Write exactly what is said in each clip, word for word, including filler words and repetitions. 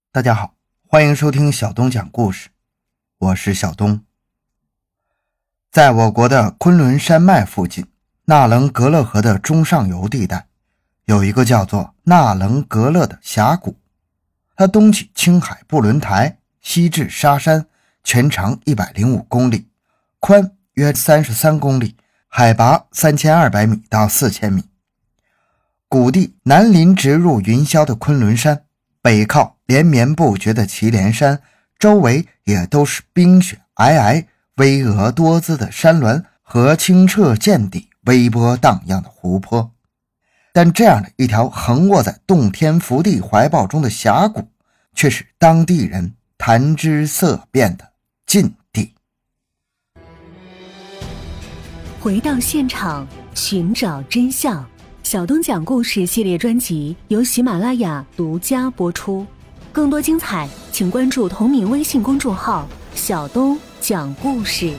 大家好，欢迎收听小东讲故事，我是小东。在我国的昆仑山脉附近，纳棱格勒河的中上游地带，有一个叫做纳棱格勒的峡谷。它东起青海布伦台，西至沙山，全长一百零五公里，宽约三十三公里，海拔三千二百米到四千米。谷地南临直入云霄的昆仑山，北靠连绵不绝的祁连山，周围也都是冰雪皑皑、巍峨多姿的山峦和清澈见底、微波荡漾的湖泊。但这样的一条横卧在洞天福地怀抱中的峡谷，却是当地人谈之色变的禁地。 回到现场，寻找真相。小东讲故事系列专辑由喜马拉雅独家播出，更多精彩请关注同名微信公众号小东讲故事。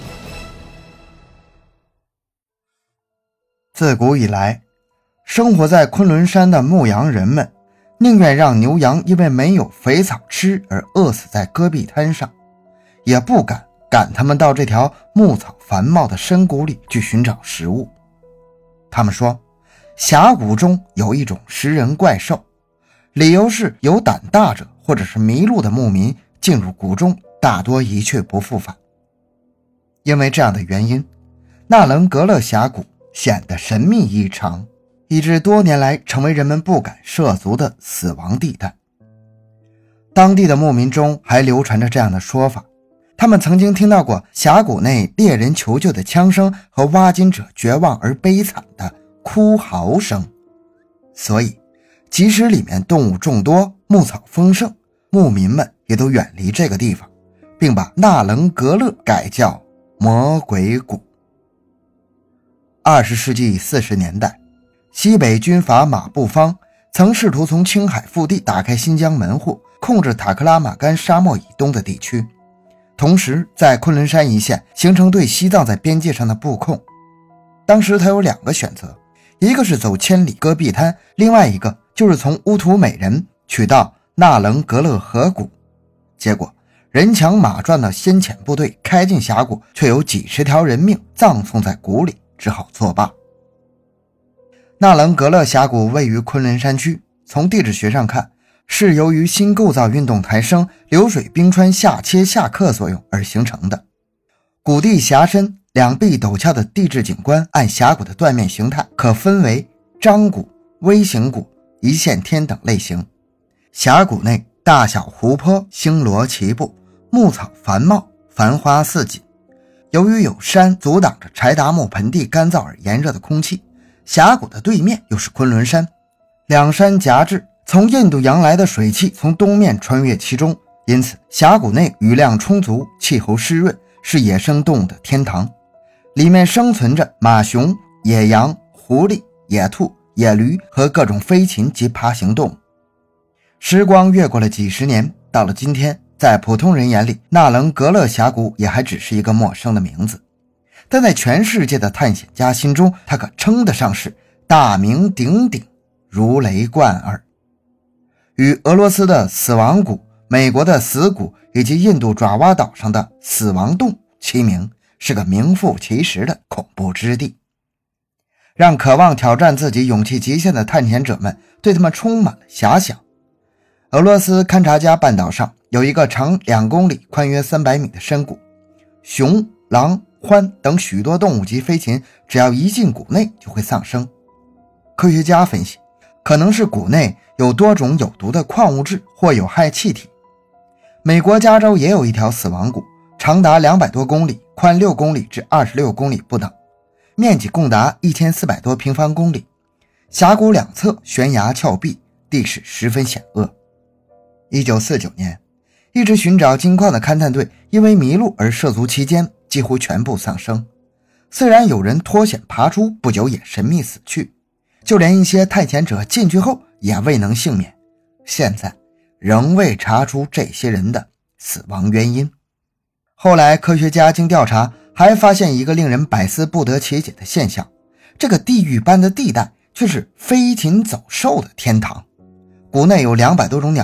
自古以来，生活在昆仑山的牧羊人们宁愿让牛羊因为没有肥草吃而饿死在戈壁滩上，也不敢赶他们到这条牧草繁茂的深谷里去寻找食物。他们说，峡谷中有一种食人怪兽，理由是有胆大者或者是迷路的牧民进入谷中大多一去不复返。因为这样的原因，纳棱格勒峡谷显得神秘异常，以致多年来成为人们不敢涉足的死亡地带。当地的牧民中还流传着这样的说法，他们曾经听到过峡谷内猎人求救的枪声和挖金者绝望而悲惨的哭嚎声。所以即使里面动物众多，牧草丰盛，牧民们也都远离这个地方，并把纳棱格勒改叫魔鬼谷。二十世纪四十年代，西北军阀马步芳曾试图从青海腹地打开新疆门户，控制塔克拉玛干沙漠以东的地区，同时在昆仑山一线形成对西藏在边界上的布控。当时他有两个选择，一个是走千里戈壁滩，另外一个就是从乌图美人取到纳棱格勒河谷。结果人强马壮的先遣部队开进峡谷，却有几十条人命葬送在谷里，只好作罢。纳棱格勒峡谷位于昆仑山区，从地质学上看，是由于新构造运动抬升、流水冰川下切下克作用而形成的。谷地狭深，两壁陡峭的地质景观按峡谷的断面形态可分为张谷、微型谷、一线天等类型。峡谷内大小湖泊星罗棋布，牧草繁茂，繁花似锦。由于有山阻挡着柴达木盆地干燥而炎热的空气，峡谷的对面又是昆仑山，两山夹峙，从印度洋来的水汽从东面穿越其中，因此峡谷内雨量充足，气候湿润，是野生动物的天堂。里面生存着马熊、野羊、狐狸、野兔、野驴和各种飞禽及爬行动物。时光越过了几十年，到了今天，在普通人眼里，纳棱格勒峡谷也还只是一个陌生的名字，但在全世界的探险家心中，它可称得上是大名鼎鼎，如雷贯耳。与俄罗斯的死亡谷、美国的死谷以及印度爪哇岛上的死亡洞齐名，是个名副其实的恐怖之地，让渴望挑战自己勇气极限的探险者们对他们充满了遐想。俄罗斯勘察加半岛上有一个长两公里、宽约三百米的深谷，熊、狼、獾等许多动物及飞禽只要一进谷内就会丧生。科学家分析，可能是谷内有多种有毒的矿物质或有害气体。美国加州也有一条死亡谷，长达两百多公里，宽六公里至二十六公里不等，面积共达一千四百多平方公里。峡谷两侧悬崖峭壁，地势十分险恶。一九四九年，一支寻找金矿的勘探队因为迷路而涉足其间，几乎全部丧生。虽然有人脱险爬出，不久也神秘死去，就连一些探险者进去后也未能幸免。现在仍未查出这些人的死亡原因。后来科学家经调查，还发现一个令人百思不得其解的现象，这个地狱般的地带却是飞禽走兽的天堂。谷内有两百多种鸟类，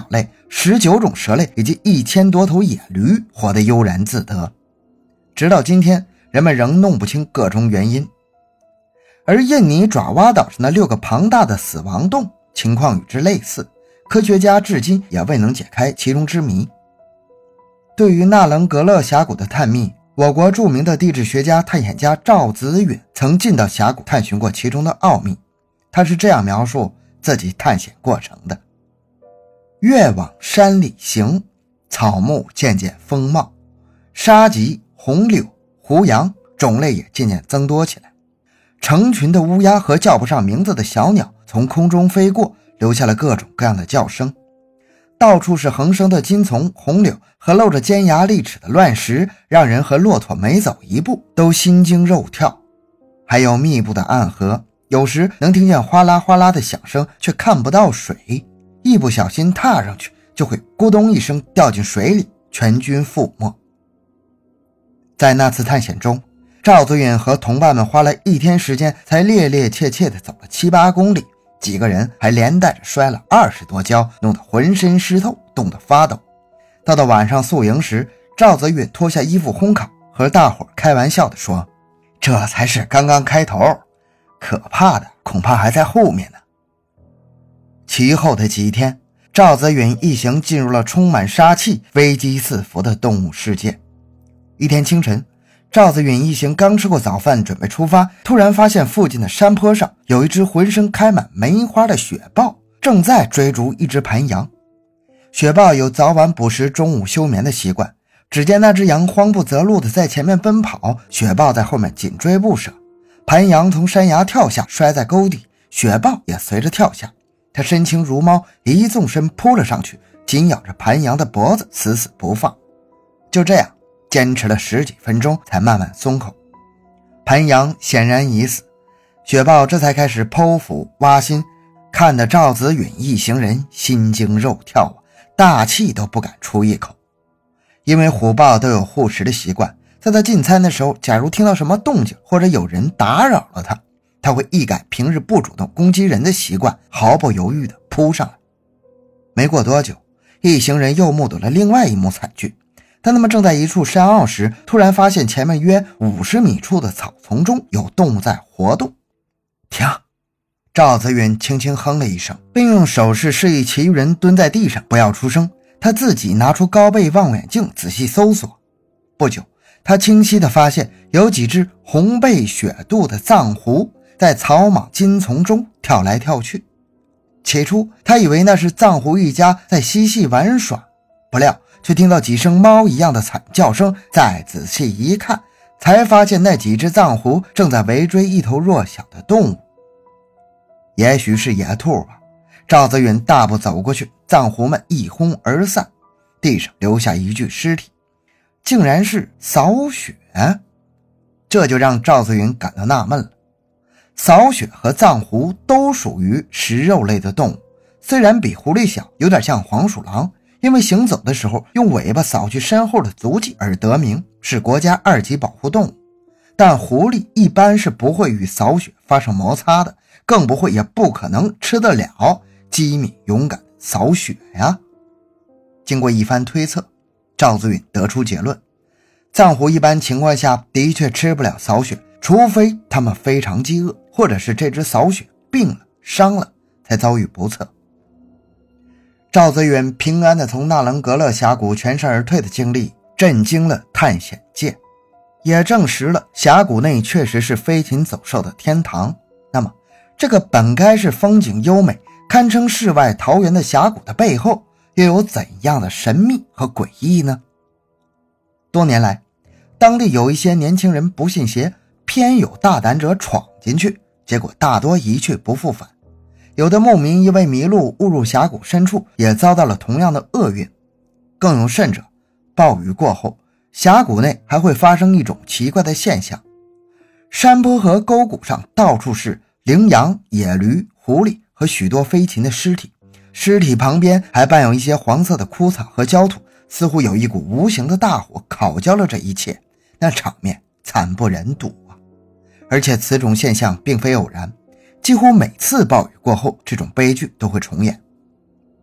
十九种蛇类以及一千多头野驴活得悠然自得。直到今天，人们仍弄不清各种原因。而印尼爪哇岛上的六个庞大的死亡洞情况与之类似，科学家至今也未能解开其中之谜。对于纳棱格勒峡谷的探秘，我国著名的地质学家探险家赵子允曾进到峡谷探寻过其中的奥秘。他是这样描述自己探险过程的：越往山里行，草木渐渐丰茂，沙棘、红柳、胡杨种类也渐渐增多起来。成群的乌鸦和叫不上名字的小鸟从空中飞过，留下了各种各样的叫声。到处是横生的金丛、红柳和露着尖牙利齿的乱石，让人和骆驼每走一步都心惊肉跳。还有密布的暗河，有时能听见哗啦哗啦的响声，却看不到水，一不小心踏上去就会咕咚一声掉进水里，全军覆没。在那次探险中，赵子允和同伴们花了一天时间才趔趔趄趄地走了七八公里，几个人还连带着摔了二十多跤，弄得浑身湿透，冻得发抖。到了晚上宿营时，赵子允脱下衣服烘烤，和大伙开玩笑地说：这才是刚刚开头，可怕的恐怕还在后面呢。其后的几天，赵子允一行进入了充满杀气、危机四伏的动物世界。一天清晨，赵子允一行刚吃过早饭准备出发，突然发现附近的山坡上有一只浑身开满梅花的雪豹正在追逐一只盘羊。雪豹有早晚捕食、中午休眠的习惯，只见那只羊慌不择路地在前面奔跑，雪豹在后面紧追不舍。盘羊从山崖跳下，摔在沟底，雪豹也随着跳下。它身轻如猫，一纵身扑了上去，紧咬着盘羊的脖子，死死不放。就这样坚持了十几分钟才慢慢松口。盘羊显然已死，雪豹这才开始剖腹挖心，看得赵子允一行人心惊肉跳啊，大气都不敢出一口。因为虎豹都有护食的习惯，在它进餐的时候，假如听到什么动静或者有人打扰了它，它会一改平日不主动攻击人的习惯，毫不犹豫地扑上来。没过多久，一行人又目睹了另外一幕惨剧。当他们正在一处山坳时，突然发现前面约五十米处的草丛中有动物在活动。停！赵子允轻轻哼了一声，并用手势示意其余人蹲在地上不要出声。他自己拿出高倍望远镜仔细搜索。不久，他清晰地发现有几只红背雪肚的藏狐在草莽金丛中跳来跳去。起初他以为那是藏狐一家在嬉戏玩耍，不料却听到几声猫一样的惨叫声，再仔细一看，才发现那几只藏狐正在围追一头弱小的动物。也许是野兔吧，赵子允大步走过去，藏狐们一哄而散，地上留下一具尸体，竟然是扫雪。这就让赵子允感到纳闷了。扫雪和藏狐都属于食肉类的动物，虽然比狐狸小，有点像黄鼠狼，因为行走的时候用尾巴扫去身后的足迹而得名，是国家二级保护动物。但狐狸一般是不会与扫雪发生摩擦的，更不会也不可能吃得了机敏勇敢的扫雪呀。经过一番推测，赵子允得出结论，藏狐一般情况下的确吃不了扫雪，除非他们非常饥饿，或者是这只扫雪病了伤了才遭遇不测。赵子允平安地从纳棱格勒峡谷全身而退的经历震惊了探险界，也证实了峡谷内确实是飞禽走兽的天堂。那么这个本该是风景优美，堪称世外桃源的峡谷的背后，又有怎样的神秘和诡异呢？多年来，当地有一些年轻人不信邪，偏有大胆者闯进去，结果大多一去不复返。有的牧民因为迷路误入峡谷深处，也遭到了同样的厄运。更有甚者，暴雨过后，峡谷内还会发生一种奇怪的现象，山坡和沟谷上到处是羚羊、野驴、狐狸和许多飞禽的尸体，尸体旁边还伴有一些黄色的枯草和焦土，似乎有一股无形的大火烤焦了这一切，那场面惨不忍睹啊！而且此种现象并非偶然，几乎每次暴雨过后，这种悲剧都会重演。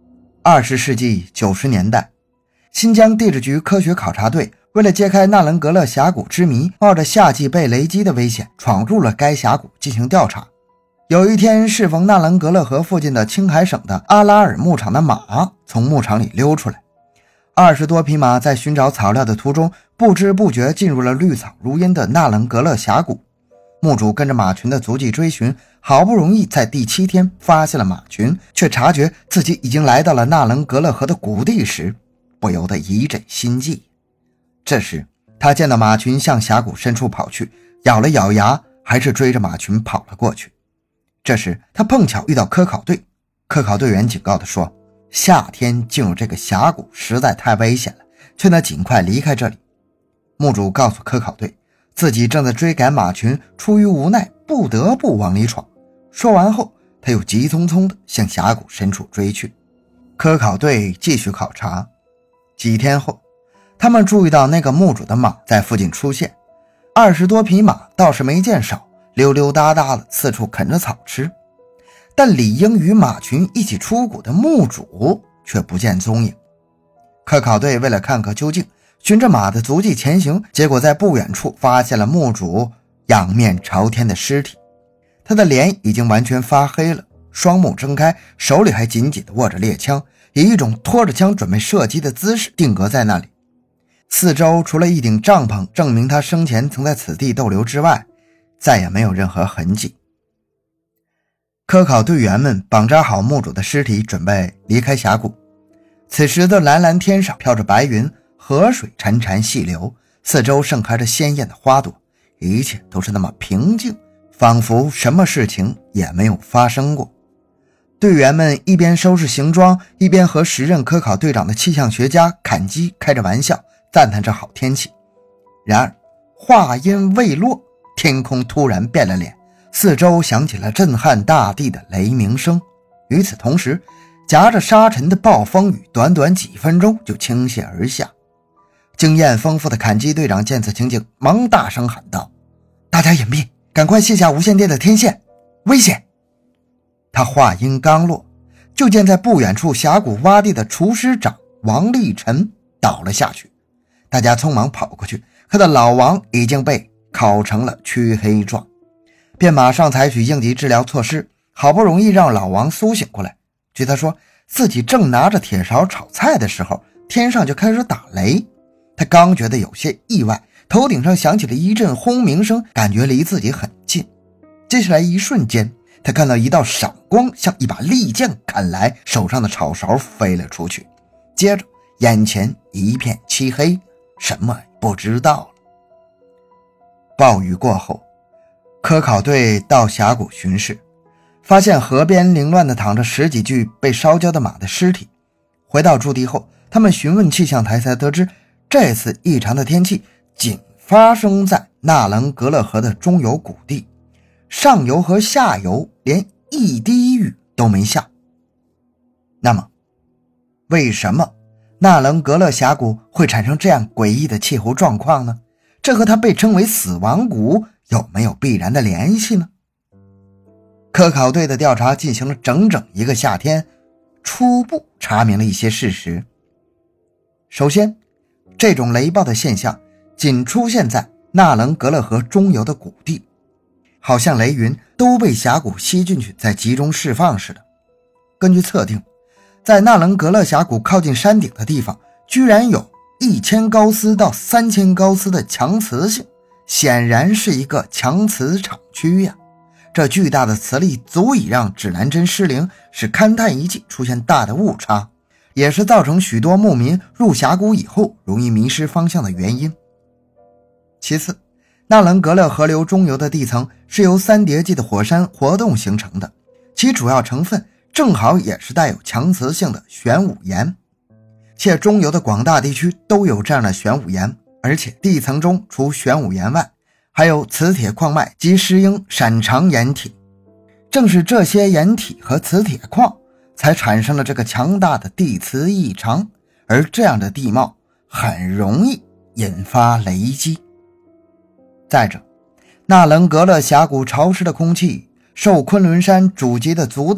二十世纪九十年代，新疆地质局科学考察队为了揭开纳伦格勒峡谷之谜，冒着夏季被雷击的危险闯入了该峡谷进行调查。有一天，适逢纳伦格勒河附近的青海省的阿拉尔牧场的马从牧场里溜出来，二十多匹马在寻找草料的途中，不知不觉进入了绿草如茵的纳伦格勒峡谷。牧主跟着马群的足迹追寻，好不容易在第七天发现了马群，却察觉自己已经来到了纳伦格勒河的谷地时，不由得一阵心悸。这时他见到马群向峡谷深处跑去，咬了咬牙，还是追着马群跑了过去。这时他碰巧遇到科考队，科考队员警告他说，夏天进入这个峡谷实在太危险了，劝他尽快离开这里。牧主告诉科考队，自己正在追赶马群，出于无奈不得不往里闯。说完后，他又急匆匆地向峡谷深处追去。科考队继续考察。几天后，他们注意到那个牧主的马在附近出现，二十多匹马倒是没见少，溜溜达达的四处啃着草吃，但理应与马群一起出谷的牧主却不见踪影。科考队为了看个究竟，循着马的足迹前行，结果在不远处发现了牧主仰面朝天的尸体。他的脸已经完全发黑了，双目睁开，手里还紧紧地握着猎枪，以一种拖着枪准备射击的姿势定格在那里。四周除了一顶帐篷证明他生前曾在此地逗留之外，再也没有任何痕迹。科考队员们绑扎好牧主的尸体，准备离开峡谷。此时的蓝蓝天上飘着白云，河水潺潺细流，四周盛开着鲜艳的花朵，一切都是那么平静，仿佛什么事情也没有发生过。队员们一边收拾行装，一边和时任科考队长的气象学家坎基开着玩笑，赞叹着好天气。然而话音未落，天空突然变了脸，四周响起了震撼大地的雷鸣声。与此同时，夹着沙尘的暴风雨短短几分钟就倾泻而下。经验丰富的坎基队长见此情景，忙大声喊道，大家隐蔽，赶快卸下无线电的天线，危险！他话音刚落，就见在不远处峡谷洼地的厨师长王立臣倒了下去。大家匆忙跑过去，可他老王已经被烤成了黢黑状，便马上采取应急治疗措施，好不容易让老王苏醒过来。据他说，自己正拿着铁勺炒菜的时候，天上就开始打雷。他刚觉得有些意外，头顶上响起了一阵轰鸣声，感觉离自己很近。接下来一瞬间，他看到一道闪光像一把利剑砍来，手上的炒勺飞了出去，接着眼前一片漆黑，什么也不知道了。暴雨过后，科考队到峡谷巡视，发现河边凌乱地躺着十几具被烧焦的马的尸体。回到驻地后，他们询问气象台才得知，这次异常的天气仅发生在纳伦格勒河的中游谷地，上游和下游连一滴雨都没下。那么为什么纳伦格勒峡谷会产生这样诡异的气候状况呢？这和它被称为死亡谷有没有必然的联系呢？科考队的调查进行了整整一个夏天，初步查明了一些事实。首先，这种雷暴的现象仅出现在纳伦格勒河中游的谷地，好像雷云都被峡谷吸进去再集中释放似的。根据测定，在纳伦格勒峡谷靠近山顶的地方，居然有一千高斯到三千高斯的强磁性，显然是一个强磁场区呀。这巨大的磁力足以让指南针失灵，使勘探仪器出现大的误差，也是造成许多牧民入峡谷以后容易迷失方向的原因。其次，纳伦格勒河流中游的地层是由三叠纪的火山活动形成的，其主要成分正好也是带有强磁性的玄武岩，且中游的广大地区都有这样的玄武岩，而且地层中除玄武岩外，还有磁铁矿脉及石英闪长岩体。正是这些岩体和磁铁矿才产生了这个强大的地磁异常，而这样的地貌很容易引发雷击。再者，纳伦格勒峡谷潮湿的空气受昆仑山主脊的阻挡，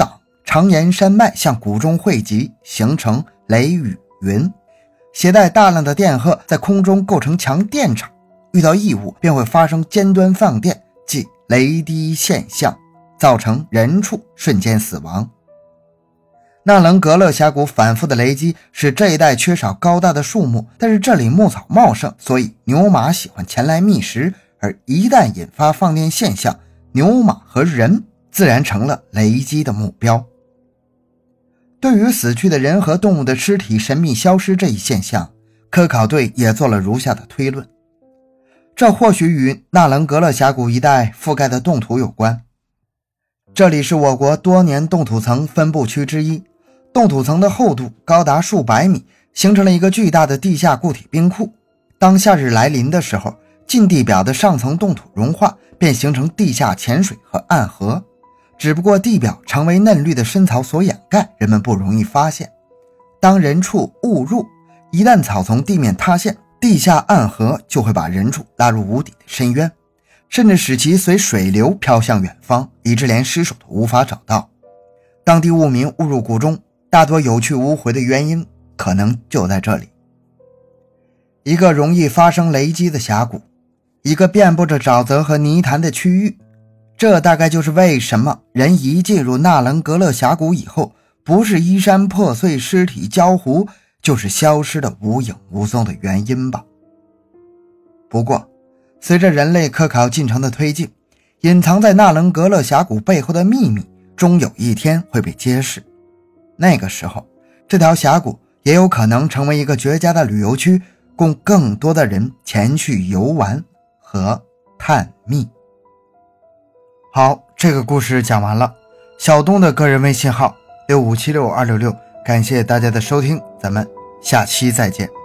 常沿山脉向谷中汇集，形成雷雨云，携带大量的电荷在空中构成强电场，遇到异物便会发生尖端放电，即雷滴现象，造成人畜瞬间死亡。纳棱格勒峡谷反复的雷击使这一带缺少高大的树木，但是这里牧草茂盛，所以牛马喜欢前来觅食，而一旦引发放电现象，牛马和人自然成了雷击的目标。对于死去的人和动物的尸体神秘消失这一现象，科考队也做了如下的推论。这或许与纳棱格勒峡谷一带覆盖的冻土有关。这里是我国多年冻土层分布区之一，冻土层的厚度高达数百米，形成了一个巨大的地下固体冰库。当夏日来临的时候，近地表的上层冻土融化，便形成地下浅水和暗河。只不过地表常为嫩绿的深草所掩盖，人们不容易发现。当人畜误入，一旦草丛地面塌陷，地下暗河就会把人畜拉入无底的深渊，甚至使其随水流飘向远方，以致连尸首都无法找到。当地误民误入谷中，大多有去无回的原因可能就在这里。一个容易发生雷击的峡谷，一个遍布着沼泽和泥潭的区域，这大概就是为什么人一进入纳棱格勒峡谷以后，不是衣衫破碎尸体焦糊，就是消失的无影无踪的原因吧。不过随着人类科考进程的推进，隐藏在纳棱格勒峡谷背后的秘密终有一天会被揭示。那个时候，这条峡谷也有可能成为一个绝佳的旅游区，供更多的人前去游玩和探秘。好，这个故事讲完了。小东的个人微信号六五七六二六六，感谢大家的收听，咱们下期再见。